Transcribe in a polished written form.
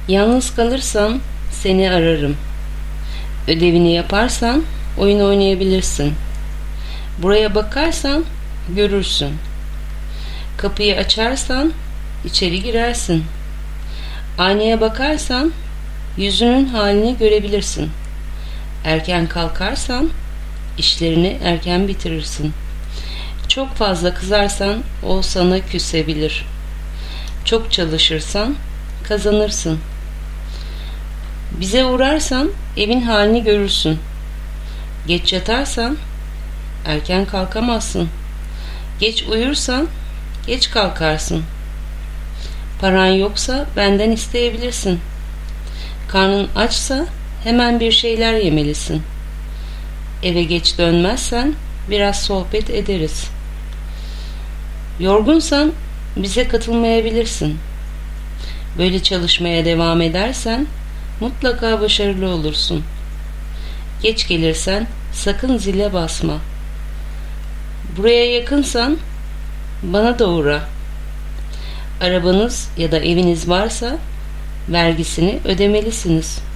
Yalnız kalırsan seni ararım. Ödevini yaparsan oyun oynayabilirsin. Buraya bakarsan görürsün. Kapıyı açarsan içeri girersin. Aynaya bakarsan yüzünün halini görebilirsin. Erken kalkarsan işlerini erken bitirirsin. Çok fazla kızarsan o sana küsebilir. Çok çalışırsan kazanırsın. Bize uğrarsan evin halini görürsün. Geç yatarsan erken kalkamazsın. Geç uyursan geç kalkarsın. Paran yoksa benden isteyebilirsin. Karnın açsa hemen bir şeyler yemelisin. Eve geç dönmezsen biraz sohbet ederiz. Yorgunsan bize katılmayabilirsin. Böyle çalışmaya devam edersen mutlaka başarılı olursun. Geç gelirsen sakın zile basma. Buraya yakınsan bana da uğra. Arabanız ya da eviniz varsa vergisini ödemelisiniz.